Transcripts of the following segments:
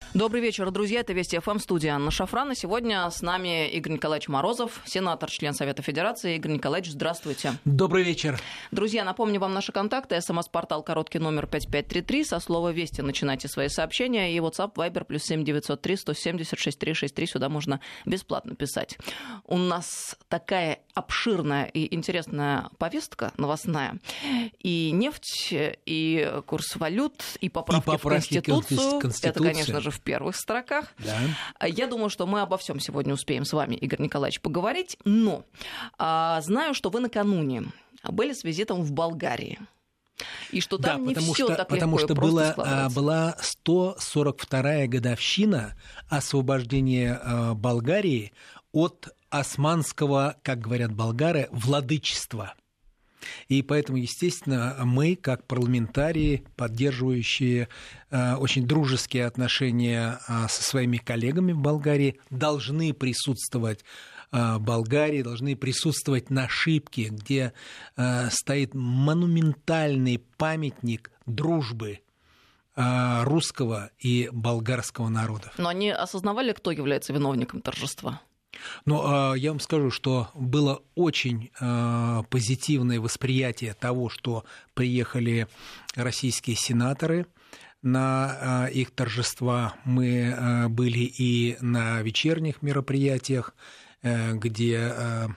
Добрый вечер, друзья. Это Вести ФМ, студия Анна Шафран. И сегодня с нами Игорь Николаевич Морозов, сенатор, член Совета Федерации. Игорь Николаевич, здравствуйте. Добрый вечер. Друзья, напомню вам наши контакты. СМС-портал короткий номер 5533. Со слова «Вести» начинайте свои сообщения. И WhatsApp, Viber, +7 903 170 6363. Сюда можно бесплатно писать. У нас такая обширная и интересная повестка новостная. И нефть, и курс валют, и поправки в Конституцию. Это, конечно же, в первых строках. Да. Я думаю, что мы обо всем сегодня успеем с вами, Игорь Николаевич, поговорить. Но знаю, что вы накануне были с визитом в Болгарии. И что там не все так легко и просто складывается. Была 142-я годовщина освобождения Болгарии от османского, как говорят болгары, владычества. И поэтому, естественно, мы, как парламентарии, поддерживающие очень дружеские отношения со своими коллегами в Болгарии, должны присутствовать в Болгарии, должны присутствовать на Шипке, где стоит монументальный памятник дружбы русского и болгарского народов. Но они осознавали, кто является виновником торжества? Но я вам скажу, что было очень позитивное восприятие того, что приехали российские сенаторы на их торжества. Мы были и на вечерних мероприятиях, где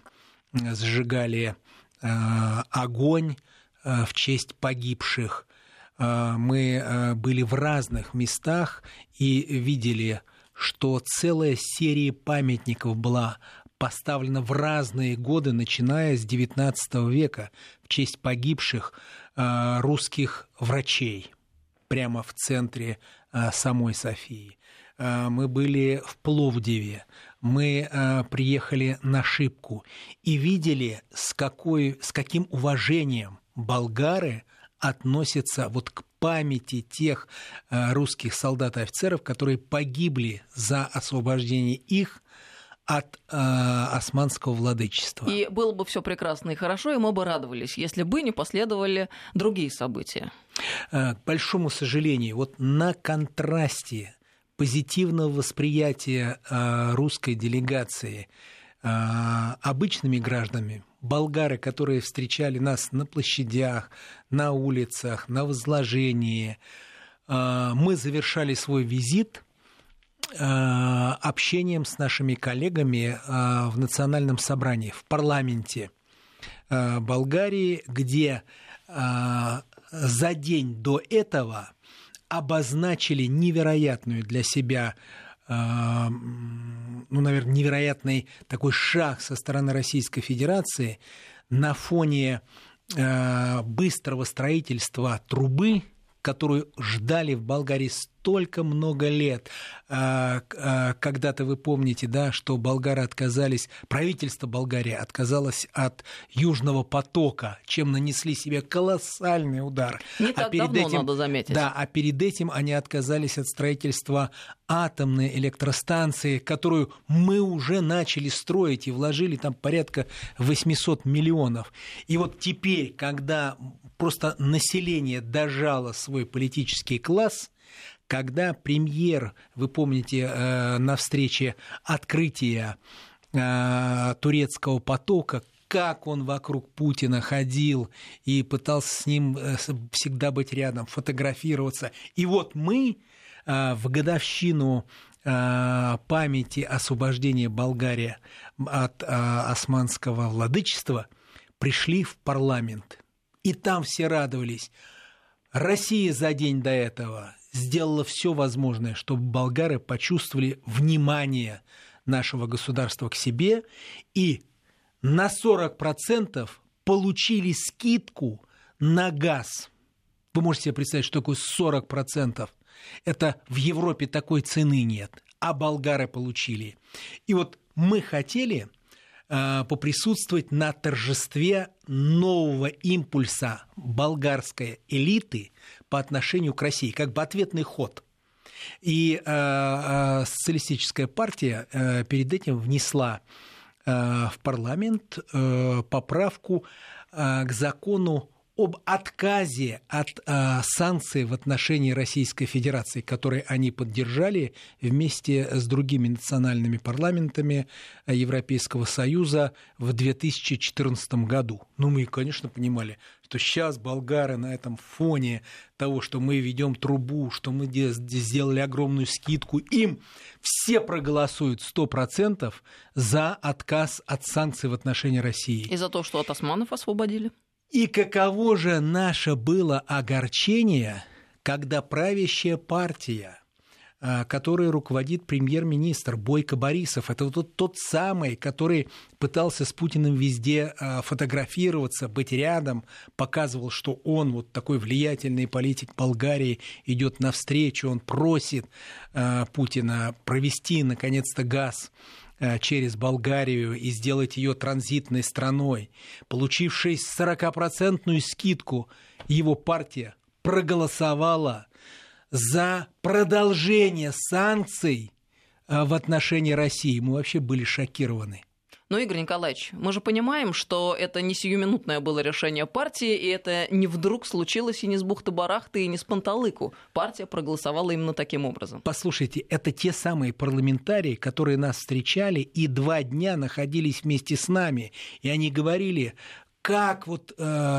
сжигали огонь в честь погибших. Мы были в разных местах и видели, что целая серия памятников была поставлена в разные годы, начиная с XIX века, в честь погибших русских врачей, прямо в центре самой Софии. Мы были в Пловдиве, мы приехали на Шипку и видели, с каким уважением болгары относятся вот к памяти тех русских солдат и офицеров, которые погибли за освобождение их от османского владычества. И было бы все прекрасно и хорошо, и мы бы радовались, если бы не последовали другие события. К большому сожалению, вот на контрасте позитивного восприятия русской делегации обычными гражданами, болгары, которые встречали нас на площадях, на улицах, на возложении, мы завершали свой визит общением с нашими коллегами в национальном собрании, в парламенте Болгарии, где за день до этого обозначили невероятную для себя, наверное, невероятный такой шаг со стороны Российской Федерации на фоне быстрого строительства трубы, которую ждали в Болгарии столько много лет. Когда-то вы помните, да, что болгары отказались, правительство Болгарии отказалось от Южного потока, чем нанесли себе колоссальный удар. Не так давно, надо заметить. Да, а перед этим они отказались от строительства атомной электростанции, которую мы уже начали строить и вложили там порядка 800 миллионов. И вот теперь, когда просто население дожало свой политический класс, когда премьер, вы помните, на встрече открытия турецкого потока, как он вокруг Путина ходил и пытался с ним всегда быть рядом, фотографироваться. И вот мы в годовщину памяти освобождения Болгарии от османского владычества пришли в парламент. И там все радовались. Россия за день до этого сделала все возможное, чтобы болгары почувствовали внимание нашего государства к себе и на 40% получили скидку на газ. Вы можете себе представить, что такое 40%? Это в Европе такой цены нет, а болгары получили. И вот мы хотели поприсутствовать на торжестве нового импульса болгарской элиты по отношению к России, как бы ответный ход. И социалистическая партия перед этим внесла в парламент поправку к закону об отказе от санкций в отношении Российской Федерации, которые они поддержали вместе с другими национальными парламентами Европейского Союза в 2014 году. Ну, мы, конечно, понимали, что сейчас болгары на этом фоне того, что мы ведем трубу, что мы сделали огромную скидку, им все проголосуют 100% за отказ от санкций в отношении России. И за то, что от османов освободили. И каково же наше было огорчение, когда правящая партия, которой руководит премьер-министр Бойко Борисов, это вот тот самый, который пытался с Путиным везде фотографироваться, быть рядом, показывал, что он, вот такой влиятельный политик Болгарии, идет навстречу, он просит Путина провести, наконец-то, газ через Болгарию и сделать ее транзитной страной, получившей 40% скидку, его партия проголосовала за продолжение санкций в отношении России. Мы вообще были шокированы. Но, Игорь Николаевич, мы же понимаем, что это не сиюминутное было решение партии, и это не вдруг случилось и не с бухты-барахты, и не с панталыку. Партия проголосовала именно таким образом. Послушайте, это те самые парламентарии, которые нас встречали и 2 дня находились вместе с нами. И они говорили, как вот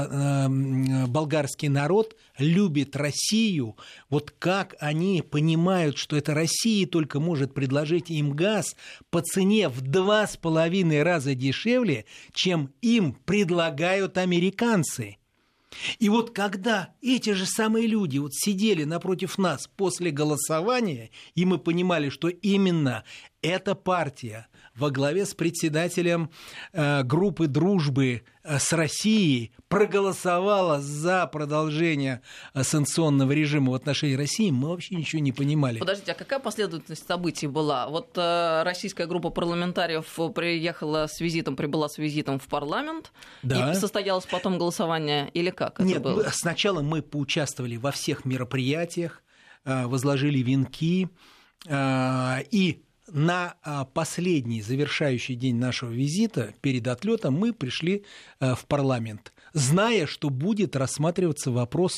болгарский народ любит Россию, вот как они понимают, что это Россия только может предложить им газ по цене в 2,5 раза дешевле, чем им предлагают американцы. И вот когда эти же самые люди вот сидели напротив нас после голосования, и мы понимали, что именно эта партия во главе с председателем группы дружбы с Россией проголосовала за продолжение санкционного режима в отношении России, мы вообще ничего не понимали. Подождите, а какая последовательность событий была? Вот российская группа парламентариев прибыла с визитом в парламент, да. И состоялось потом голосование, или как это было? Нет, сначала мы поучаствовали во всех мероприятиях, возложили венки, и на последний завершающий день нашего визита, перед отлетом, мы пришли в парламент, зная, что будет рассматриваться вопрос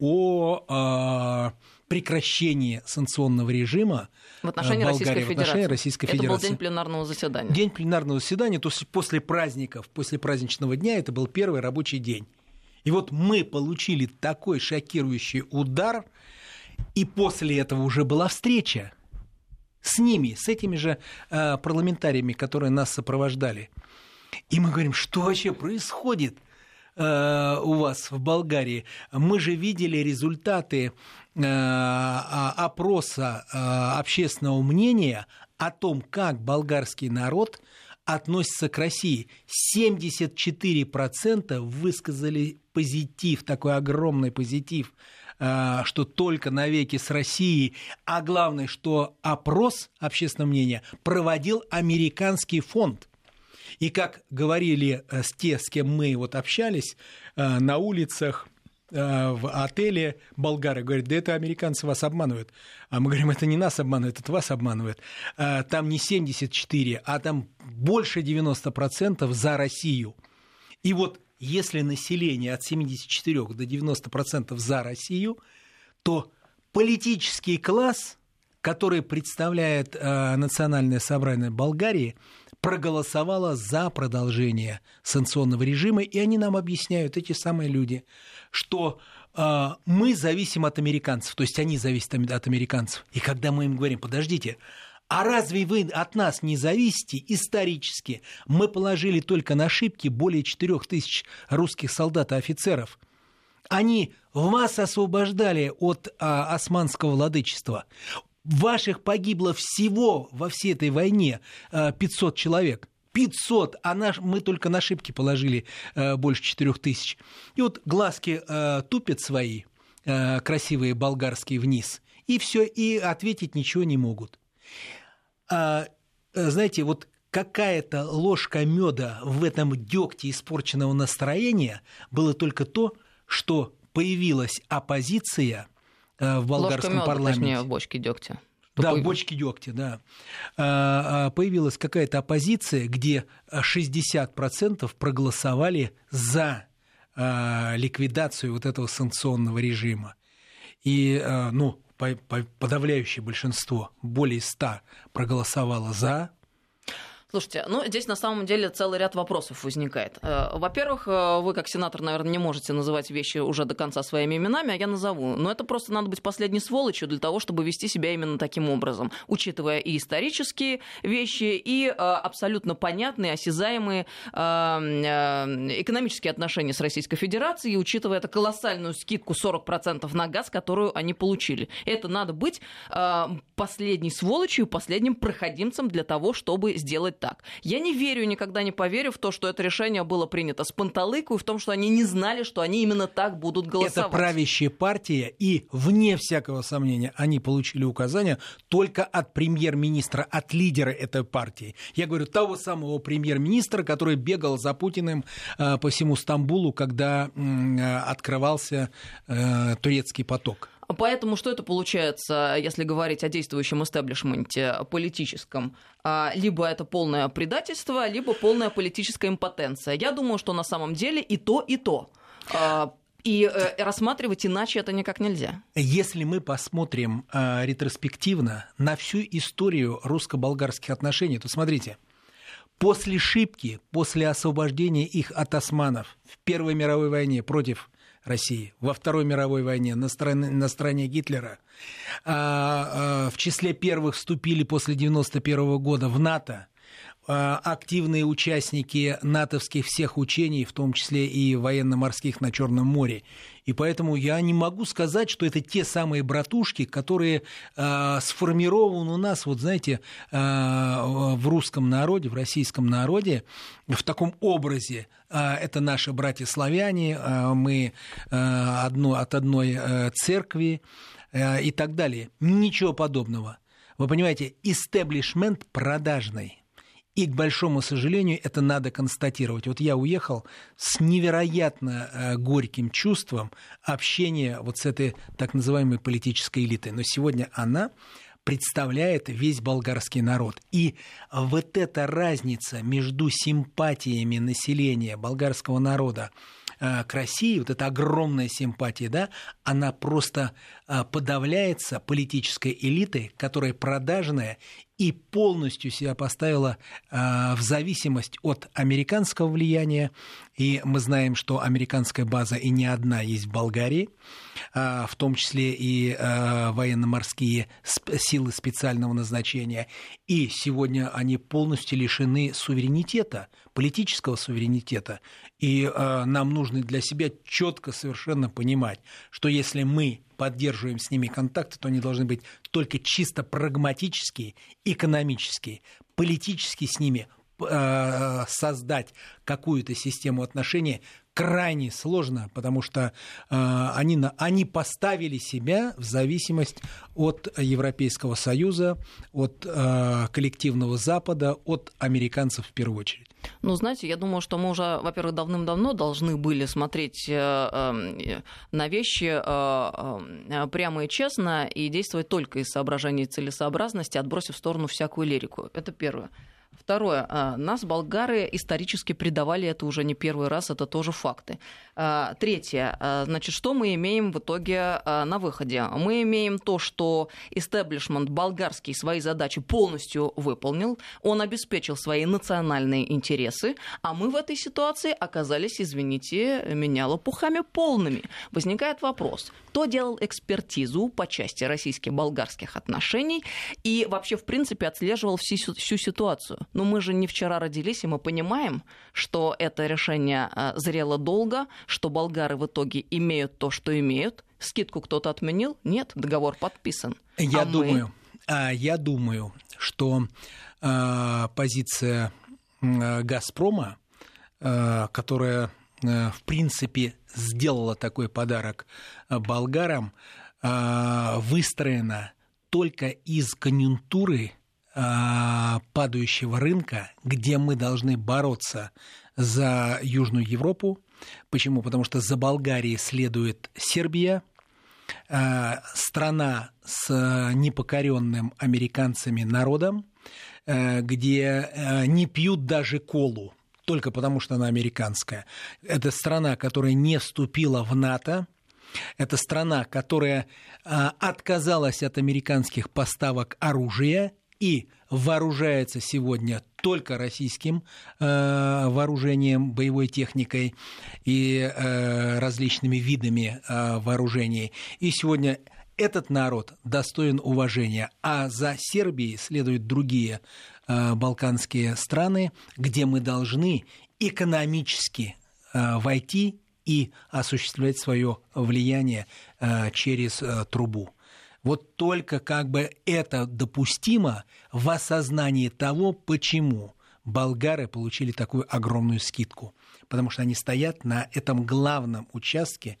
о прекращении санкционного режима в отношении Российской Федерации. Это был день пленарного заседания. День пленарного заседания, то есть после праздников, после праздничного дня, это был первый рабочий день. И вот мы получили такой шокирующий удар, и после этого уже была встреча с ними, с этими же парламентариями, которые нас сопровождали. И мы говорим, что вообще происходит у вас в Болгарии? Мы же видели результаты опроса общественного мнения о том, как болгарский народ относится к России. 74% высказали позитив, такой огромный позитив, что только навеки с Россией, а главное, что опрос общественного мнения проводил американский фонд. И как говорили те, с кем мы вот общались на улицах, в отеле, болгары говорят, да это американцы вас обманывают. А мы говорим, это не нас обманывают, это вас обманывают. Там не 74, а там больше 90% за Россию. И вот если население от 74 до 90% за Россию, то политический класс, который представляет Национальное собрание Болгарии, проголосовало за продолжение санкционного режима, и они нам объясняют, эти самые люди, что мы зависим от американцев, то есть они зависят от американцев. И когда мы им говорим, подождите, а разве вы от нас не зависите исторически? Мы положили только на Шипки более 4000 русских солдат и офицеров. Они вас освобождали от османского владычества. Ваших погибло всего во всей этой войне 500 человек. 500, а мы только на Шипки положили больше 4000. И вот глазки тупят свои, красивые болгарские, вниз, и все, и ответить ничего не могут. Знаете, вот какая-то ложка меда в этом дегте испорченного настроения было только то, что появилась оппозиция в болгарском парламенте. Точнее, в бочке дегтя. Да, в бочке дегтя, да. Появилась какая-то оппозиция, где 60% проголосовали за ликвидацию вот этого санкционного режима. И подавляющее большинство, более 100, проголосовало за. Слушайте, здесь на самом деле целый ряд вопросов возникает. Во-первых, вы как сенатор, наверное, не можете называть вещи уже до конца своими именами, а я назову. Но это просто надо быть последней сволочью для того, чтобы вести себя именно таким образом, учитывая и исторические вещи, и абсолютно понятные, осязаемые экономические отношения с Российской Федерацией, и учитывая эту колоссальную скидку 40% на газ, которую они получили. Это надо быть последней сволочью, последним проходимцем для того, чтобы сделать так. Я не верю, никогда не поверю в то, что это решение было принято с панталыку, и в том, что они не знали, что они именно так будут голосовать. Это правящая партия, и, вне всякого сомнения, они получили указания только от премьер-министра, от лидера этой партии. Я говорю, того самого премьер-министра, который бегал за Путиным по всему Стамбулу, когда открывался турецкий поток. Поэтому что это получается, если говорить о действующем истеблишменте политическом? Либо это полное предательство, либо полная политическая импотенция. Я думаю, что на самом деле и то, и то. И рассматривать иначе это никак нельзя. Если мы посмотрим ретроспективно на всю историю русско-болгарских отношений, то смотрите, после Шипки, после освобождения их от османов в Первой мировой войне против России, во Второй мировой войне на стороне Гитлера, в числе первых вступили после 1991 года в НАТО, активные участники натовских всех учений, в том числе и военно-морских на Черном море. И поэтому я не могу сказать, что это те самые братушки, которые сформированы у нас, вот знаете, в русском народе, в российском народе, в таком образе. Это наши братья-славяне, мы от одной церкви и так далее. Ничего подобного. Вы понимаете, истеблишмент продажный. И, к большому сожалению, это надо констатировать. Вот я уехал с невероятно горьким чувством общения вот с этой так называемой политической элитой. Но сегодня она представляет весь болгарский народ. И вот эта разница между симпатиями населения болгарского народа к России, вот эта огромная симпатия, да, она просто подавляется политической элитой, которая продажная и полностью себя поставила в зависимость от американского влияния. И мы знаем, что американская база и не одна есть в Болгарии, в том числе и военно-морские силы специального назначения. И сегодня они полностью лишены суверенитета, политического суверенитета. И нам нужно для себя четко совершенно понимать, что если мы поддерживаем с ними контакты, то они должны быть только чисто прагматические, экономические, политически с ними создать какую-то систему отношений крайне сложно, потому что они поставили себя в зависимость от Европейского Союза, от коллективного Запада, от американцев в первую очередь. Ну, знаете, я думаю, что мы уже, во-первых, давным-давно должны были смотреть на вещи прямо и честно и действовать только из соображений целесообразности, отбросив в сторону всякую лирику. Это первое. Второе. Нас, болгары, исторически предавали это уже не первый раз, это тоже факты. Третье. Значит, что мы имеем в итоге на выходе? Мы имеем то, что истеблишмент болгарский свои задачи полностью выполнил, он обеспечил свои национальные интересы, а мы в этой ситуации оказались, извините меня, лопухами полными. Возникает вопрос, кто делал экспертизу по части российско-болгарских отношений и вообще, в принципе, отслеживал всю ситуацию? Но мы же не вчера родились, и мы понимаем, что это решение зрело долго, что болгары в итоге имеют то, что имеют. Скидку кто-то отменил? Нет, договор подписан. Я думаю, что позиция «Газпрома», которая, в принципе, сделала такой подарок болгарам, выстроена только из конъюнктуры падающего рынка, где мы должны бороться за Южную Европу. Почему? Потому что за Болгарией следует Сербия, страна с непокоренным американцами народом, где не пьют даже колу. только потому, что она американская. Это страна, которая не вступила в НАТО. Это страна, которая отказалась от американских поставок оружия и вооружается сегодня только российским вооружением, боевой техникой и различными видами вооружений. И сегодня этот народ достоин уважения, а за Сербией следуют другие балканские страны, где мы должны экономически войти и осуществлять свое влияние через трубу. Вот только как бы это допустимо в осознании того, почему болгары получили такую огромную скидку. Потому что они стоят на этом главном участке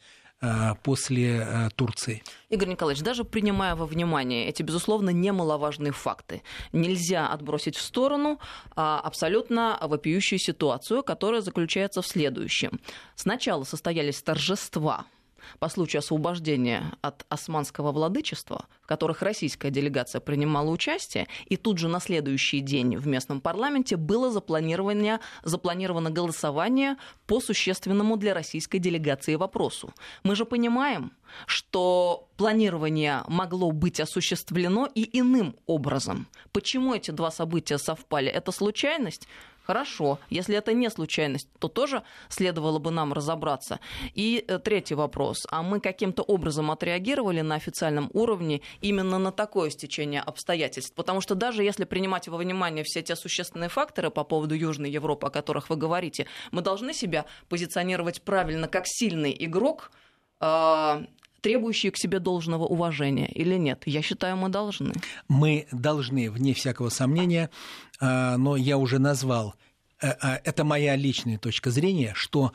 после Турции. Игорь Николаевич, даже принимая во внимание эти, безусловно, немаловажные факты, нельзя отбросить в сторону абсолютно вопиющую ситуацию, которая заключается в следующем. Сначала состоялись торжества по случаю освобождения от османского владычества, в которых российская делегация принимала участие, и тут же на следующий день в местном парламенте было запланировано голосование по существенному для российской делегации вопросу. Мы же понимаем, что планирование могло быть осуществлено и иным образом. Почему эти два события совпали? Это случайность? Хорошо. Если это не случайность, то тоже следовало бы нам разобраться. И третий вопрос. А мы каким-то образом отреагировали на официальном уровне именно на такое стечение обстоятельств? Потому что даже если принимать во внимание все те существенные факторы по поводу Южной Европы, о которых вы говорите, мы должны себя позиционировать правильно как сильный игрок, требующие к себе должного уважения или нет? Я считаю, мы должны. Мы должны, вне всякого сомнения, но я уже назвал, это моя личная точка зрения, что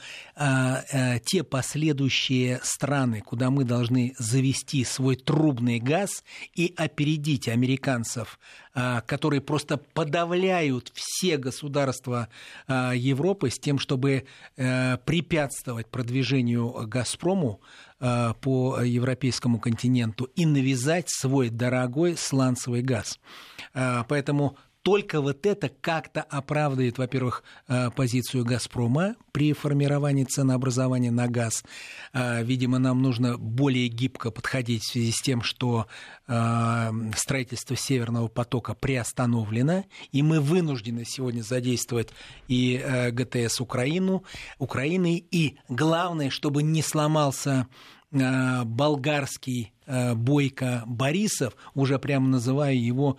те последующие страны, куда мы должны завести свой трубный газ и опередить американцев, которые просто подавляют все государства Европы с тем, чтобы препятствовать продвижению «Газпрому» по европейскому континенту и навязать свой дорогой сланцевый газ. Поэтому только вот это как-то оправдывает, во-первых, позицию «Газпрома» при формировании ценообразования на газ. Видимо, нам нужно более гибко подходить в связи с тем, что строительство «Северного потока» приостановлено, и мы вынуждены сегодня задействовать и ГТС Украины, и главное, чтобы не сломался болгарский Бойко Борисов, уже прямо называя его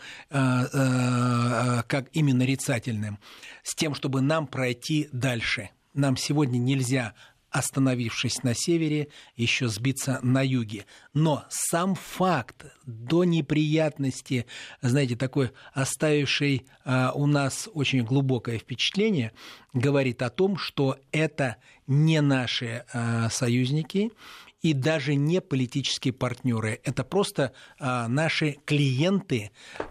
как именно нарицательным, с тем, чтобы нам пройти дальше. Нам сегодня нельзя, остановившись на севере, еще сбиться на юге. Но сам факт до неприятности, знаете, такой оставивший у нас очень глубокое впечатление, говорит о том, что это не наши союзники, и даже не политические партнеры. Это просто наши клиенты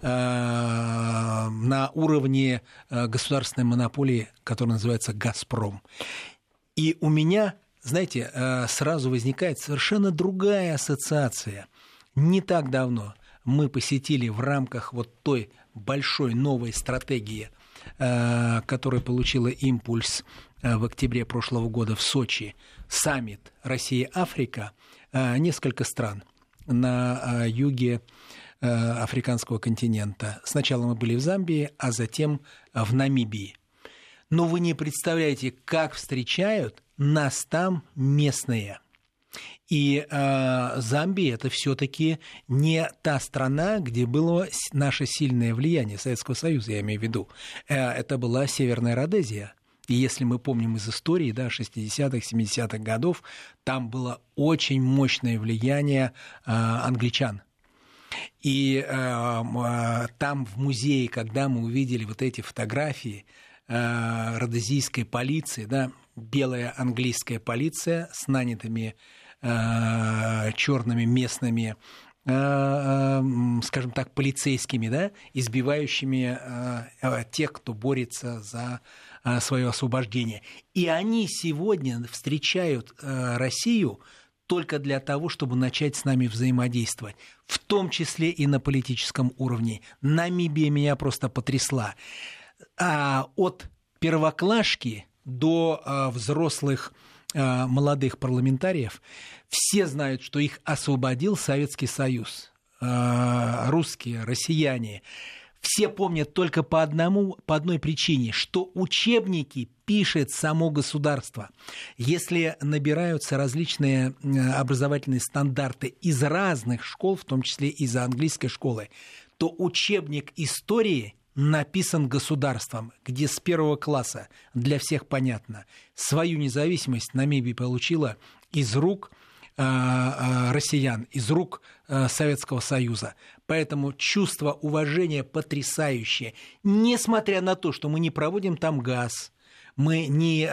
на уровне государственной монополии, которая называется «Газпром». И у меня, знаете, сразу возникает совершенно другая ассоциация. Не так давно мы посетили в рамках вот той большой новой стратегии, которая получила импульс в октябре прошлого года в Сочи, саммит Россия-Африка, несколько стран на юге африканского континента. Сначала мы были в Замбии, а затем в Намибии. Но вы не представляете, как встречают нас там местные. И Замбия – это все-таки не та страна, где было наше сильное влияние Советского Союза, я имею в виду. Это была Северная Родезия. И если мы помним из истории, 60-х, 70-х годов, там было очень мощное влияние англичан. И там в музее, когда мы увидели вот эти фотографии родезийской полиции, белая английская полиция с нанятыми черными местными, скажем так, полицейскими, избивающими тех, кто борется за свое освобождение. И они сегодня встречают Россию только для того, чтобы начать с нами взаимодействовать, в том числе и на политическом уровне. Намибия меня просто потрясла. От первоклашки до взрослых молодых парламентариев, все знают, что их освободил Советский Союз. Русские, россияне. Все помнят только по одной причине, что учебники пишет само государство. Если набираются различные образовательные стандарты из разных школ, в том числе из английской школы, то учебник истории написан государством, где с 1 класса для всех понятно. Свою независимость Намибия получила из рук россиян, из рук Советского Союза. Поэтому чувство уважения потрясающее. Несмотря на то, что мы не проводим там газ, мы не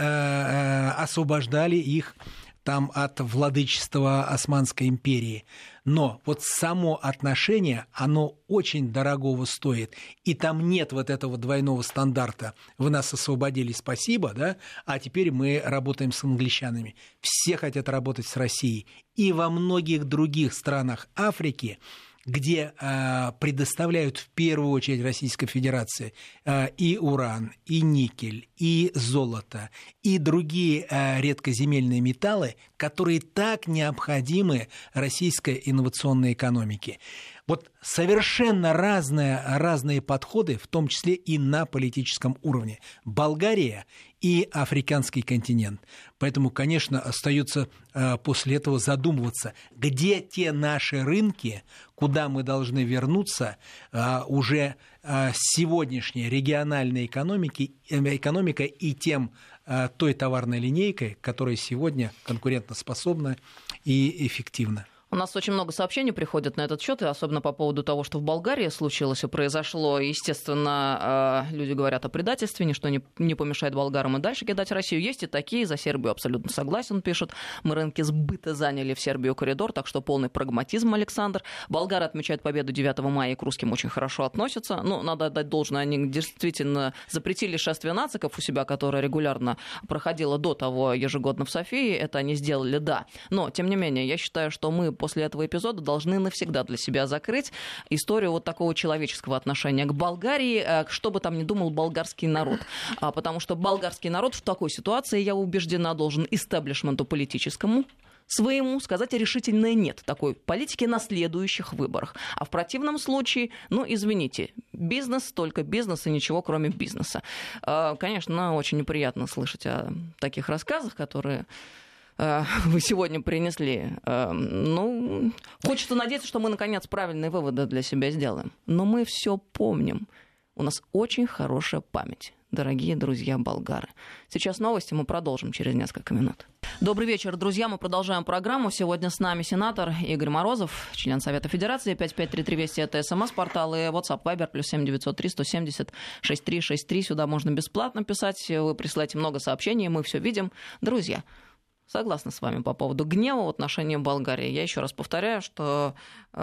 освобождали их там от владычества Османской империи. Но вот само отношение, оно очень дорогого стоит. И там нет вот этого двойного стандарта. Вы нас освободили, спасибо, да? А теперь мы работаем с англичанами. Все хотят работать с Россией. И во многих других странах Африки, где предоставляют в первую очередь Российской Федерации и уран, и никель, и золото, и другие редкоземельные металлы, которые так необходимы российской инновационной экономике. Вот совершенно разные подходы, в том числе и на политическом уровне. Болгария и африканский континент. Поэтому, конечно, остается после этого задумываться, где те наши рынки, куда мы должны вернуться уже сегодняшней региональной экономикой и той товарной линейкой, которая сегодня конкурентоспособна и эффективна. У нас очень много сообщений приходит на этот счет, и особенно по поводу того, что в Болгарии случилось и произошло. Естественно, люди говорят о предательстве, ничто не помешает болгарам и дальше кидать Россию. Есть и такие, за Сербию абсолютно согласен, пишут. Мы рынки сбыта заняли в Сербию коридор, так что полный прагматизм, Александр. Болгары отмечают победу 9 мая и к русским очень хорошо относятся. Ну, надо отдать должное, они действительно запретили шествие нациков у себя, которое регулярно проходило до того ежегодно в Софии. Это они сделали, да. Но, тем не менее, я считаю, что мы после этого эпизода должны навсегда для себя закрыть историю вот такого человеческого отношения к Болгарии, что бы там ни думал болгарский народ. Потому что болгарский народ в такой ситуации, я убеждена, должен истеблишменту политическому своему сказать решительное «нет» такой политики на следующих выборах. А в противном случае, ну, извините, бизнес, только бизнес и ничего, кроме бизнеса. Конечно, очень неприятно слышать о таких рассказах, которые вы сегодня принесли. Ну, хочется надеяться, что мы, наконец, правильные выводы для себя сделаем. Но мы все помним. У нас очень хорошая память, дорогие друзья болгары. Сейчас новости, мы продолжим через несколько минут. Добрый вечер, друзья. Мы продолжаем программу. Сегодня с нами сенатор Игорь Морозов, член Совета Федерации. 5533 Вести — это СМС-портал, и WhatsApp, Viber, +7 903 170 6363. Сюда можно бесплатно писать. Вы присылаете много сообщений, мы все видим. Друзья, согласна с вами по поводу гнева в отношении Болгарии. Я еще раз повторяю, что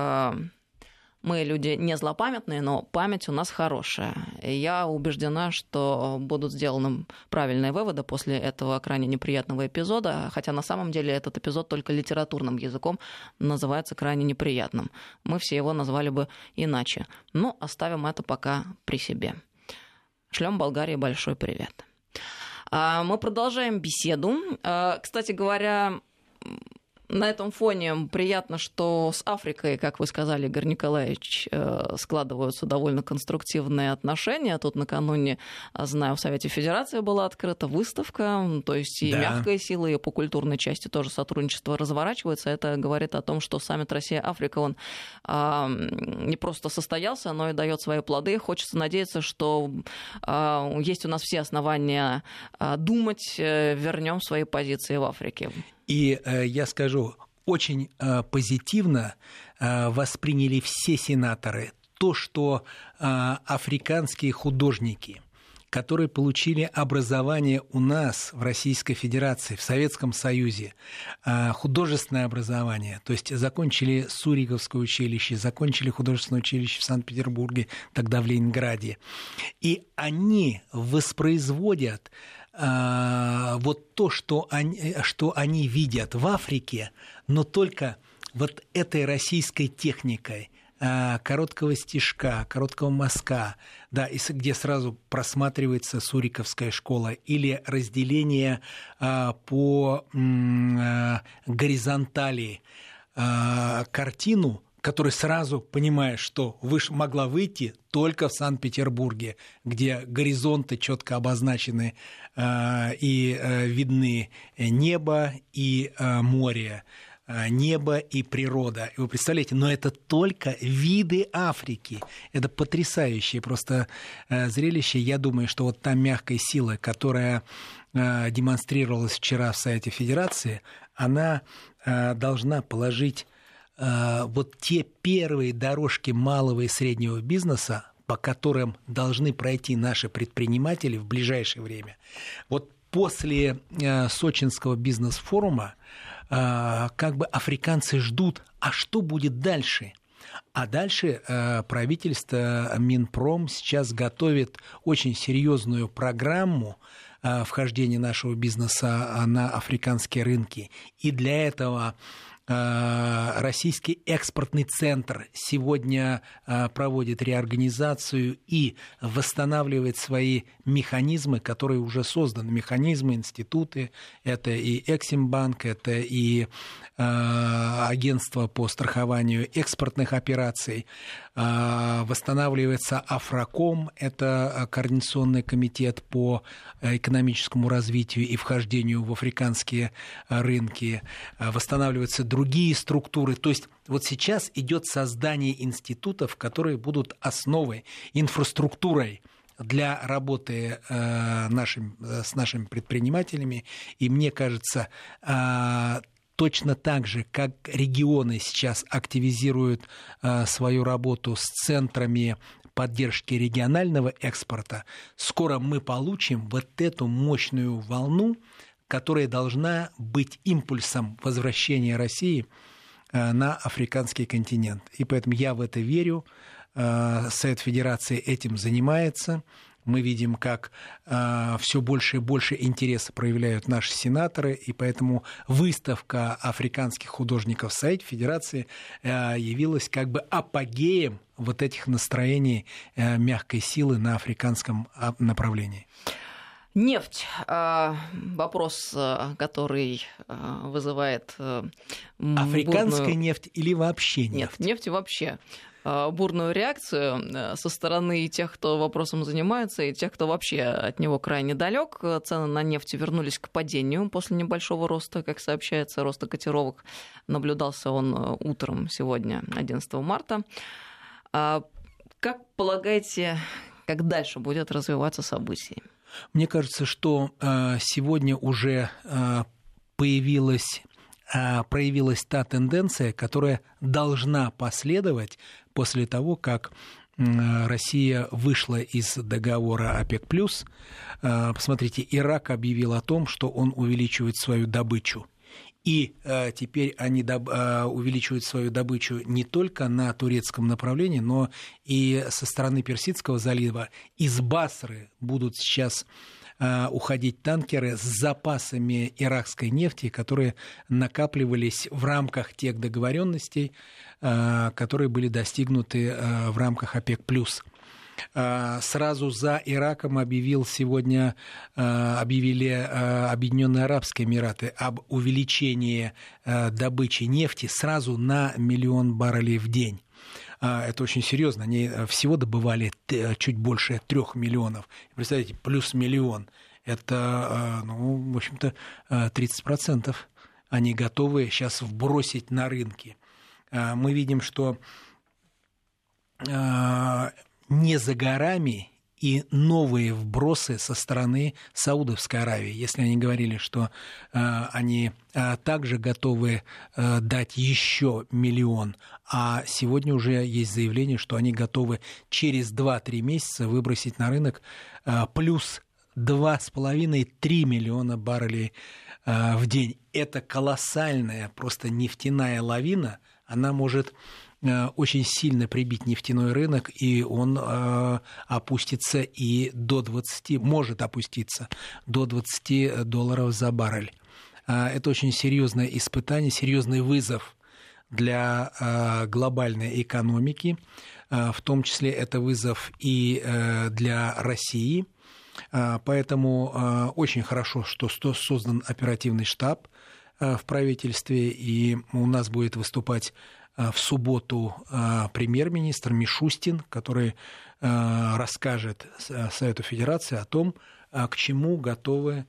мы люди не злопамятные, но память у нас хорошая. И я убеждена, что будут сделаны правильные выводы после этого крайне неприятного эпизода, хотя на самом деле этот эпизод только литературным языком называется крайне неприятным. Мы все его назвали бы иначе. Но оставим это пока при себе. Шлем Болгарии большой привет. Мы продолжаем беседу. Кстати говоря, на этом фоне приятно, что с Африкой, как вы сказали, Игорь Николаевич, складываются довольно конструктивные отношения. Тут накануне, знаю, в Совете Федерации была открыта выставка, то есть и мягкая сила, и по культурной части тоже сотрудничество разворачивается. Это говорит о том, что саммит Россия-Африка, он не просто состоялся, но и дает свои плоды. Хочется надеяться, что есть у нас все основания думать, вернем свои позиции в Африке. И я скажу, очень позитивно восприняли все сенаторы то, что африканские художники, которые получили образование у нас в Российской Федерации, в Советском Союзе, художественное образование, то есть закончили Суриковское училище, закончили художественное училище в Санкт-Петербурге, тогда в Ленинграде, и они воспроизводят вот то, что они видят в Африке, но только вот этой российской техникой, короткого стежка, короткого мазка, да, и где сразу просматривается Суриковская школа, или разделение по горизонтали картину, который сразу понимаешь, что могла выйти только в Санкт-Петербурге, где горизонты четко обозначены и видны небо и море, небо и природа. И вы представляете, но это только виды Африки. Это потрясающее просто зрелище. Я думаю, что вот та мягкая сила, которая демонстрировалась вчера в Совете Федерации, она должна положить вот те первые дорожки малого и среднего бизнеса, по которым должны пройти наши предприниматели в ближайшее время. Вот после Сочинского бизнес-форума как бы африканцы ждут, а что будет дальше? А дальше правительство, Минпром сейчас готовит очень серьезную программу вхождения нашего бизнеса на африканские рынки. И для этого Российский экспортный центр сегодня проводит реорганизацию и восстанавливает свои механизмы, которые уже созданы. Механизмы, институты, это и Эксимбанк, это и агентство по страхованию экспортных операций. Восстанавливается Афроком, это координационный комитет по экономическому развитию и вхождению в африканские рынки. Восстанавливаются другие структуры. То есть вот сейчас идет создание институтов, которые будут основой, инфраструктурой для работы с нашими предпринимателями. И мне кажется, точно так же, как регионы сейчас активизируют свою работу с центрами поддержки регионального экспорта, скоро мы получим вот эту мощную волну, которая должна быть импульсом возвращения России на африканский континент. И поэтому я в это верю. Совет Федерации этим занимается. Мы видим, как все больше и больше интереса проявляют наши сенаторы, и поэтому выставка африканских художников в Совете Федерации явилась как бы апогеем вот этих настроений мягкой силы на африканском направлении. Нефть. Вопрос, который вызывает африканская нефть или вообще нефть? Нет, нефть вообще. Бурную реакцию со стороны и тех, кто вопросом занимается, и тех, кто вообще от него крайне далек. Цены на нефть вернулись к падению после небольшого роста, как сообщается, роста котировок. Наблюдался он утром сегодня, 11 марта. Как полагаете, как дальше будет развиваться событие? Мне кажется, что сегодня уже проявилась та тенденция, которая должна последовать после того, как Россия вышла из договора ОПЕК+. Посмотрите, Ирак объявил о том, что он увеличивает свою добычу. И теперь они увеличивают свою добычу не только на турецком направлении, но и со стороны Персидского залива. Из Басры будут сейчас уходить танкеры с запасами иракской нефти, которые накапливались в рамках тех договоренностей, которые были достигнуты в рамках ОПЕК+. Сразу за Ираком объявили Объединенные Арабские Эмираты об увеличении добычи нефти сразу на 1 миллион баррелей в день. Это очень серьезно. Они всего добывали чуть больше 3 миллионов. Представляете, плюс миллион. Это, в общем-то, 30% они готовы сейчас вбросить на рынки. Мы видим, что не за горами и новые вбросы со стороны Саудовской Аравии. Если они говорили, что они также готовы дать еще 1 миллион, а сегодня уже есть заявление, что они готовы через 2-3 месяца выбросить на рынок плюс 2,5-3 миллиона баррелей в день. Это колоссальная просто нефтяная лавина. Она может очень сильно прибить нефтяной рынок, и он опустится и может опуститься до $20 за баррель. Это очень серьезное испытание, серьезный вызов для глобальной экономики, в том числе это вызов и для России. Поэтому очень хорошо, что создан оперативный штаб в правительстве, и у нас будет выступать в субботу премьер-министр Мишустин, который расскажет Совету Федерации о том, к чему готовы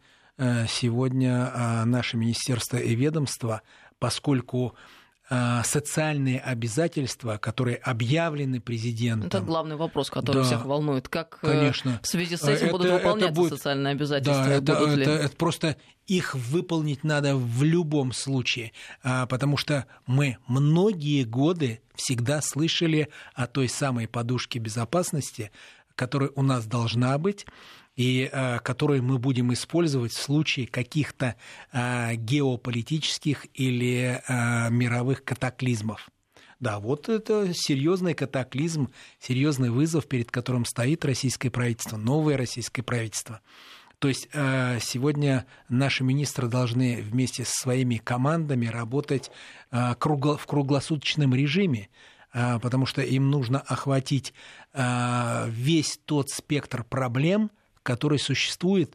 сегодня наши министерства и ведомства, поскольку социальные обязательства, которые объявлены президентом. Это главный вопрос, который всех волнует. Как конечно. В связи с этим будут выполняться социальные обязательства? Да, это просто их выполнить надо в любом случае, потому что мы многие годы всегда слышали о той самой подушке безопасности, которая у нас должна быть, и которые мы будем использовать в случае каких-то геополитических или мировых катаклизмов. Да, вот это серьезный катаклизм, серьезный вызов, перед которым стоит российское правительство, новое российское правительство. То есть сегодня наши министры должны вместе со своими командами работать в круглосуточном режиме, потому что им нужно охватить весь тот спектр проблем, который существует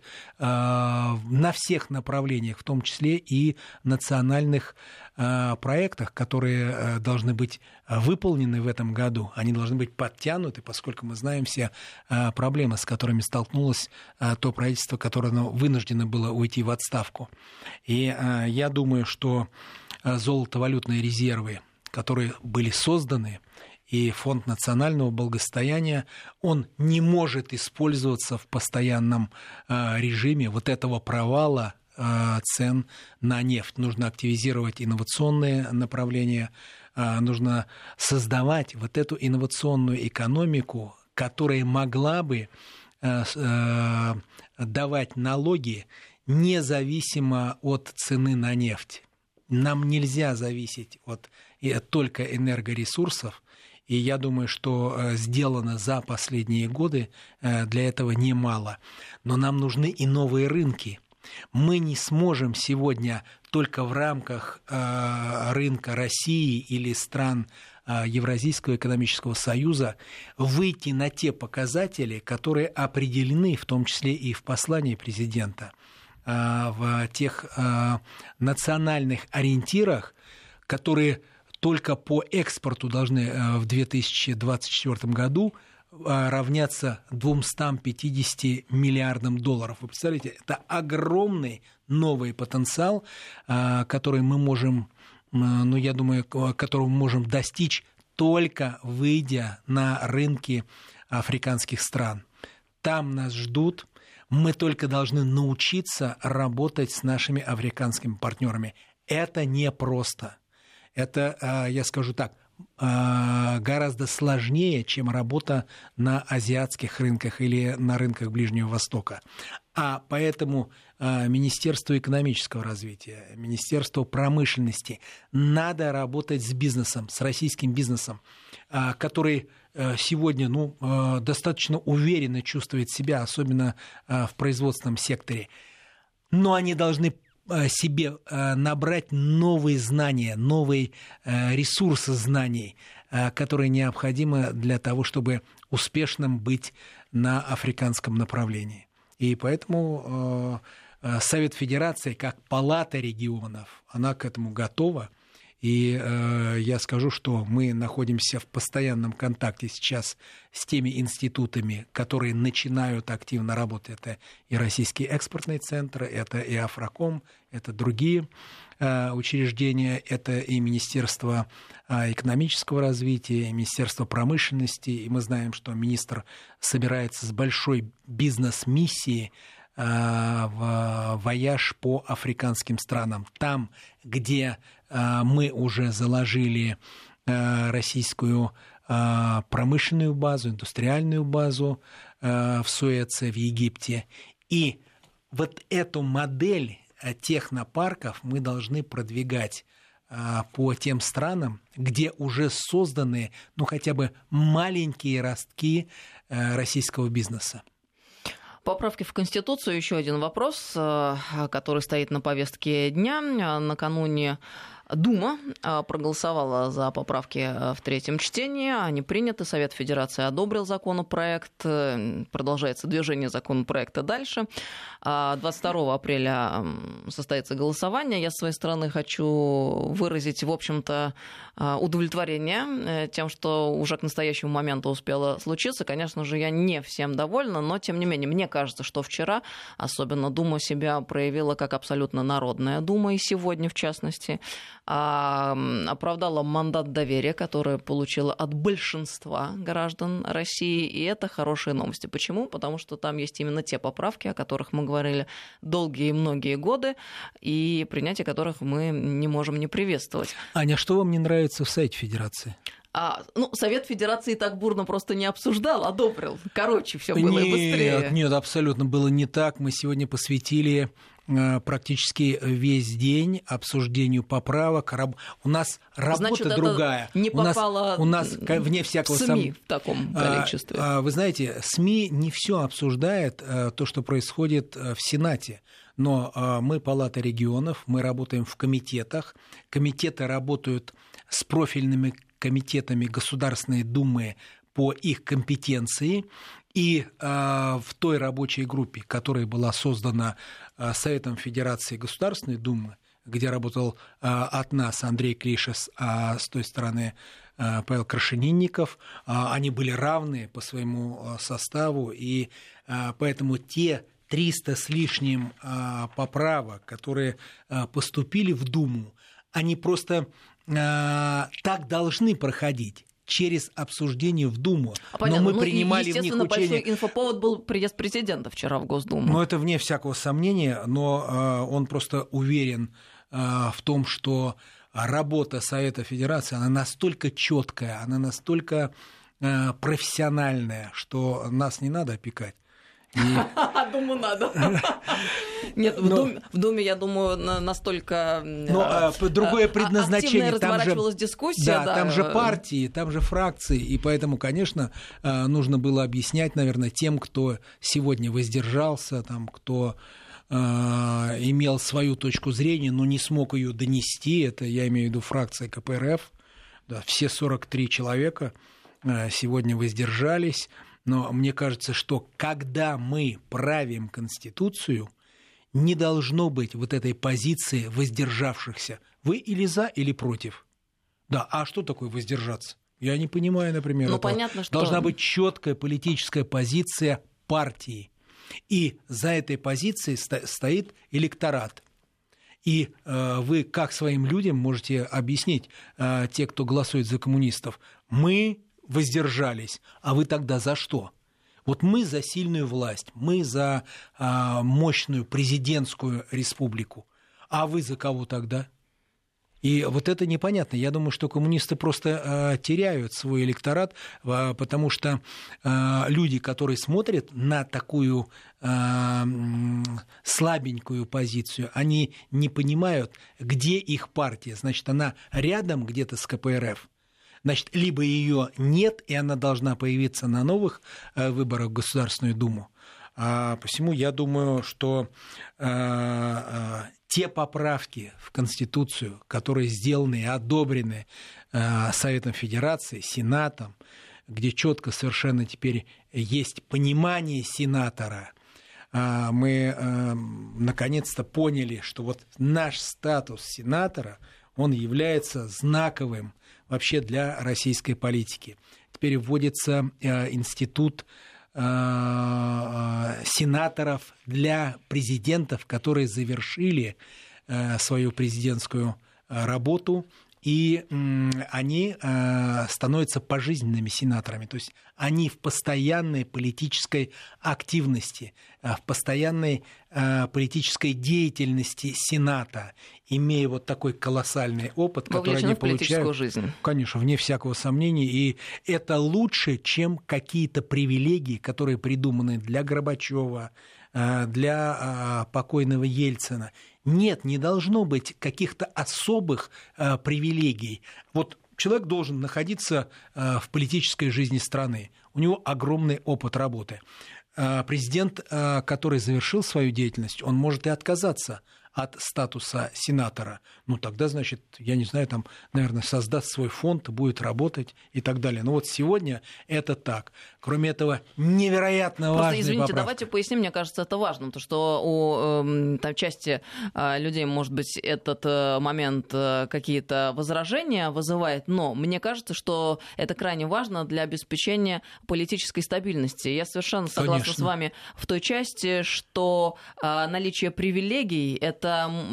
на всех направлениях, в том числе и национальных проектах, которые должны быть выполнены в этом году. Они должны быть подтянуты, поскольку мы знаем все проблемы, с которыми столкнулось то правительство, которое вынуждено было уйти в отставку. И я думаю, что золотовалютные резервы, которые были созданы, и Фонд национального благосостояния, он не может использоваться в постоянном режиме вот этого провала цен на нефть. Нужно активизировать инновационные направления, нужно создавать вот эту инновационную экономику, которая могла бы давать налоги независимо от цены на нефть. Нам нельзя зависеть от только энергоресурсов. И я думаю, что сделано за последние годы для этого немало. Но нам нужны и новые рынки. Мы не сможем сегодня только в рамках рынка России или стран Евразийского экономического союза выйти на те показатели, которые определены, в том числе и в послании президента, в тех национальных ориентирах, которые только по экспорту должны в 2024 году равняться 250 миллиардам долларов. Вы представляете, это огромный новый потенциал, который мы можем, я думаю, которого мы можем достичь, только выйдя на рынки африканских стран. Там нас ждут. Мы только должны научиться работать с нашими африканскими партнерами. Это непросто. Это, я скажу так, гораздо сложнее, чем работа на азиатских рынках или на рынках Ближнего Востока. А поэтому Министерству экономического развития, Министерству промышленности надо работать с бизнесом, с российским бизнесом, который сегодня достаточно уверенно чувствует себя, особенно в производственном секторе. Но они должны себе набрать новые знания, новые ресурсы знаний, которые необходимы для того, чтобы успешным быть на африканском направлении. И поэтому Совет Федерации, как палата регионов, она к этому готова. И я скажу, что мы находимся в постоянном контакте сейчас с теми институтами, которые начинают активно работать. Это и Российский экспортный центр, это и Афроком, это другие учреждения, это и Министерство экономического развития, и Министерство промышленности. И мы знаем, что министр собирается с большой бизнес-миссией в вояж по африканским странам. Там, где мы уже заложили российскую промышленную базу, индустриальную базу в Суэце, в Египте. И вот эту модель технопарков мы должны продвигать по тем странам, где уже созданы хотя бы маленькие ростки российского бизнеса. Поправки в Конституцию. Еще один вопрос, который стоит на повестке дня. Накануне Дума проголосовала за поправки в третьем чтении. Они приняты. Совет Федерации одобрил законопроект. Продолжается движение законопроекта дальше. 22 апреля состоится голосование. Я с своей стороны хочу выразить, в общем-то, удовлетворение тем, что уже к настоящему моменту успело случиться. Конечно же, я не всем довольна, но, тем не менее, мне кажется, что вчера особенно Дума себя проявила как абсолютно народная Дума, и сегодня, в частности, оправдала мандат доверия, который получила от большинства граждан России, и это хорошие новости. Почему? Потому что там есть именно те поправки, о которых мы говорили долгие и многие годы, и принятие которых мы не можем не приветствовать. Аня, что вам не нравится в сайте Федерации? Совет Федерации так бурно просто не обсуждал, одобрил. Короче, все было и быстрее. Нет, абсолютно было не так. Мы сегодня посвятили практически весь день обсуждению поправок. У нас работа другая. Не попало у нас вне всякого СМИ в таком количестве. Вы знаете, СМИ не все обсуждает то, что происходит в Сенате. Но мы Палата регионов, мы работаем в комитетах. Комитеты работают с профильными комитетами Государственной Думы по их компетенции. И в той рабочей группе, которая была создана Советом Федерации Государственной Думы, где работал от нас Андрей Клишес, а с той стороны Павел Крашенинников, они были равны по своему составу, и поэтому те 300 с лишним поправок, которые поступили в Думу, они просто так должны проходить через обсуждение в Думу. Понятно. Но мы принимали в них учения. Большой инфоповод был приезд президента вчера в Госдуму. Ну, это вне всякого сомнения, но он просто уверен в том, что работа Совета Федерации, она настолько четкая, она настолько профессиональная, что нас не надо опекать. Думаю, надо. Нет, в Думе, я думаю, настолько другое предназначение. Активно разворачивалась дискуссия. Да, там же партии, там же фракции, и поэтому, конечно, нужно было объяснять, наверное, тем, кто сегодня воздержался, там, кто имел свою точку зрения, но не смог ее донести, это я имею в виду фракция КПРФ, да, все 43 человека сегодня воздержались. Но мне кажется, что когда мы правим Конституцию, не должно быть вот этой позиции воздержавшихся. Вы или за, или против. Да, а что такое воздержаться? Я не понимаю, например. Ну, понятно, что... Должна быть четкая политическая позиция партии. И за этой позицией стоит электорат. И вы как своим людям можете объяснить, те, кто голосует за коммунистов, мы воздержались, а вы тогда за что? Вот мы за сильную власть, мы за мощную президентскую республику, а вы за кого тогда? И вот это непонятно. Я думаю, что коммунисты просто теряют свой электорат, потому что люди, которые смотрят на такую слабенькую позицию, они не понимают, где их партия. Значит, она рядом где-то с КПРФ. Значит, либо ее нет, и она должна появиться на новых выборах в Государственную Думу. Посему я думаю, что те поправки в Конституцию, которые сделаны и одобрены Советом Федерации, Сенатом, где четко совершенно теперь есть понимание сенатора, мы наконец-то поняли, что вот наш статус сенатора, он является знаковым вообще для российской политики. Теперь вводится институт сенаторов для президентов, которые завершили свою президентскую работу, и они становятся пожизненными сенаторами. То есть они в постоянной политической активности, в постоянной политической деятельности Сената, имея вот такой колоссальный опыт, который они получают. Жизнь. Конечно, вне всякого сомнения. И это лучше, чем какие-то привилегии, которые придуманы для Горбачева, для покойного Ельцина. Нет, не должно быть каких-то особых привилегий. Вот человек должен находиться в политической жизни страны. У него огромный опыт работы. Президент, который завершил свою деятельность, он может и отказаться от статуса сенатора, ну тогда, значит, я не знаю, там, наверное, создаст свой фонд, будет работать и так далее. Но вот сегодня это так. Кроме этого, невероятно важная Просто, извините, поправка. давайте поясним, мне кажется, это важно, потому что у там, части людей, может быть, этот момент какие-то возражения вызывает, но мне кажется, что это крайне важно для обеспечения политической стабильности. Я совершенно согласна с вами в той части, что наличие привилегий — это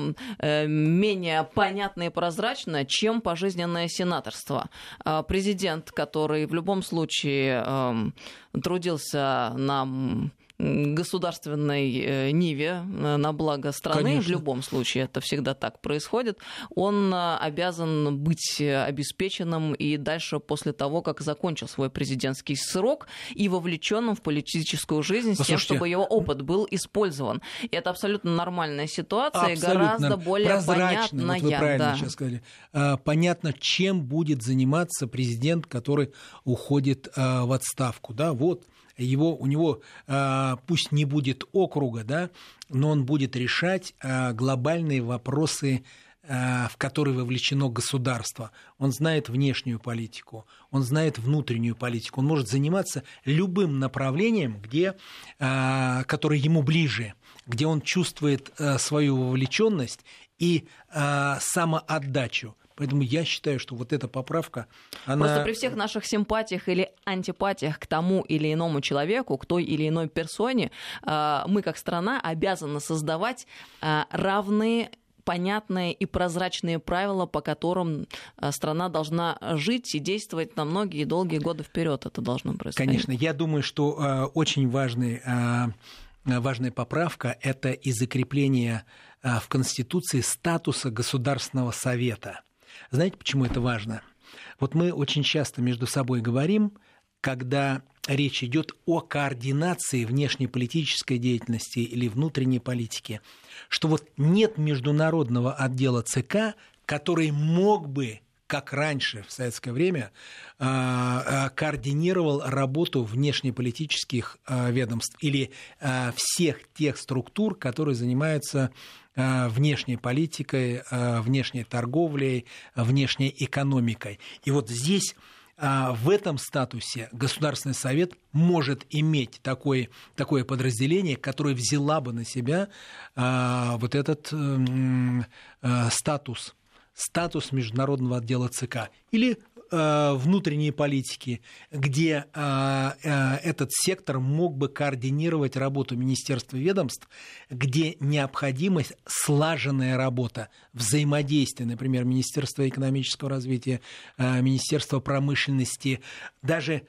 менее понятно и прозрачно, чем пожизненное сенаторство. Президент, который в любом случае трудился на государственной ниве на благо страны, конечно, в любом случае это всегда так происходит, он обязан быть обеспеченным и дальше после того, как закончил свой президентский срок, и вовлеченным в политическую жизнь с тем, чтобы его опыт был использован. И это абсолютно нормальная ситуация, гораздо более понятная. Вот вы правильно сейчас сказали. Понятно, чем будет заниматься президент, который уходит в отставку. Да, вот. У него пусть не будет округа, да, но он будет решать глобальные вопросы, в которые вовлечено государство. Он знает внешнюю политику, он знает внутреннюю политику, он может заниматься любым направлением, которое ему ближе, где он чувствует свою вовлеченность и самоотдачу. Поэтому я считаю, что вот эта поправка, она... Просто при всех наших симпатиях или антипатиях к тому или иному человеку, к той или иной персоне, мы как страна обязаны создавать равные, понятные и прозрачные правила, по которым страна должна жить и действовать на многие долгие годы вперед. Это должно происходить. Конечно, я думаю, что очень важная поправка – это и закрепление в Конституции статуса Государственного совета. Знаете, почему это важно? Вот мы очень часто между собой говорим, когда речь идет о координации внешнеполитической деятельности или внутренней политики, что вот нет международного отдела ЦК, который мог бы, как раньше в советское время, координировал работу внешнеполитических ведомств или всех тех структур, которые занимаются внешней политикой, внешней торговлей, внешней экономикой. И вот здесь, в этом статусе, Государственный совет может иметь такое подразделение, которое взяла бы на себя вот этот статус международного отдела ЦК или внутренней политики, где этот сектор мог бы координировать работу министерств и ведомств, где необходимость слаженная работа, взаимодействие, например, Министерства экономического развития, Министерства промышленности, даже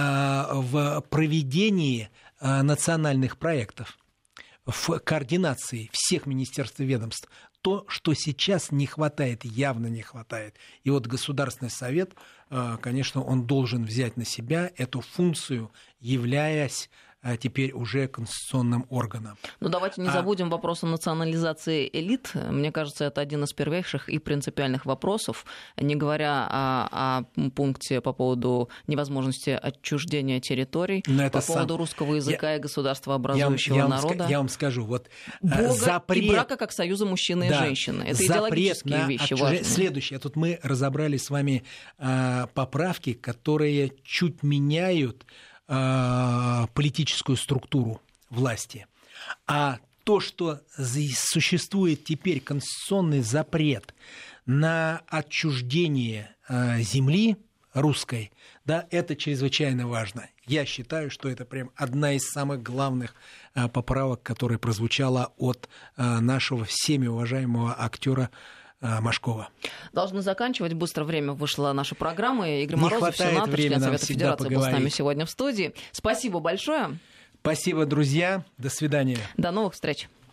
в проведении национальных проектов, в координации всех министерств и ведомств, то, что сейчас не хватает, явно не хватает. И вот Государственный совет, конечно, он должен взять на себя эту функцию, являясь теперь уже конституционным органом. Но давайте не забудем вопрос о национализации элит. Мне кажется, это один из первейших и принципиальных вопросов, не говоря о пункте по поводу невозможности отчуждения территорий, по поводу русского языка и государствообразующего народа. Я вам скажу, вот Бога запрет и брака как союза мужчины и женщины. Это идеологические вещи важные. Следующее. Тут мы разобрали с вами поправки, которые чуть меняют политическую структуру власти. А то, что существует теперь конституционный запрет на отчуждение земли русской, да, это чрезвычайно важно. Я считаю, что это прям одна из самых главных поправок, которая прозвучала от нашего всеми уважаемого актера Машкова. Должны заканчивать. Быстро время вышла наша программа. Игорь Морозов, сенатор, член Совета Федерации, был с нами сегодня в студии. Спасибо большое. Спасибо, друзья. До свидания. До новых встреч.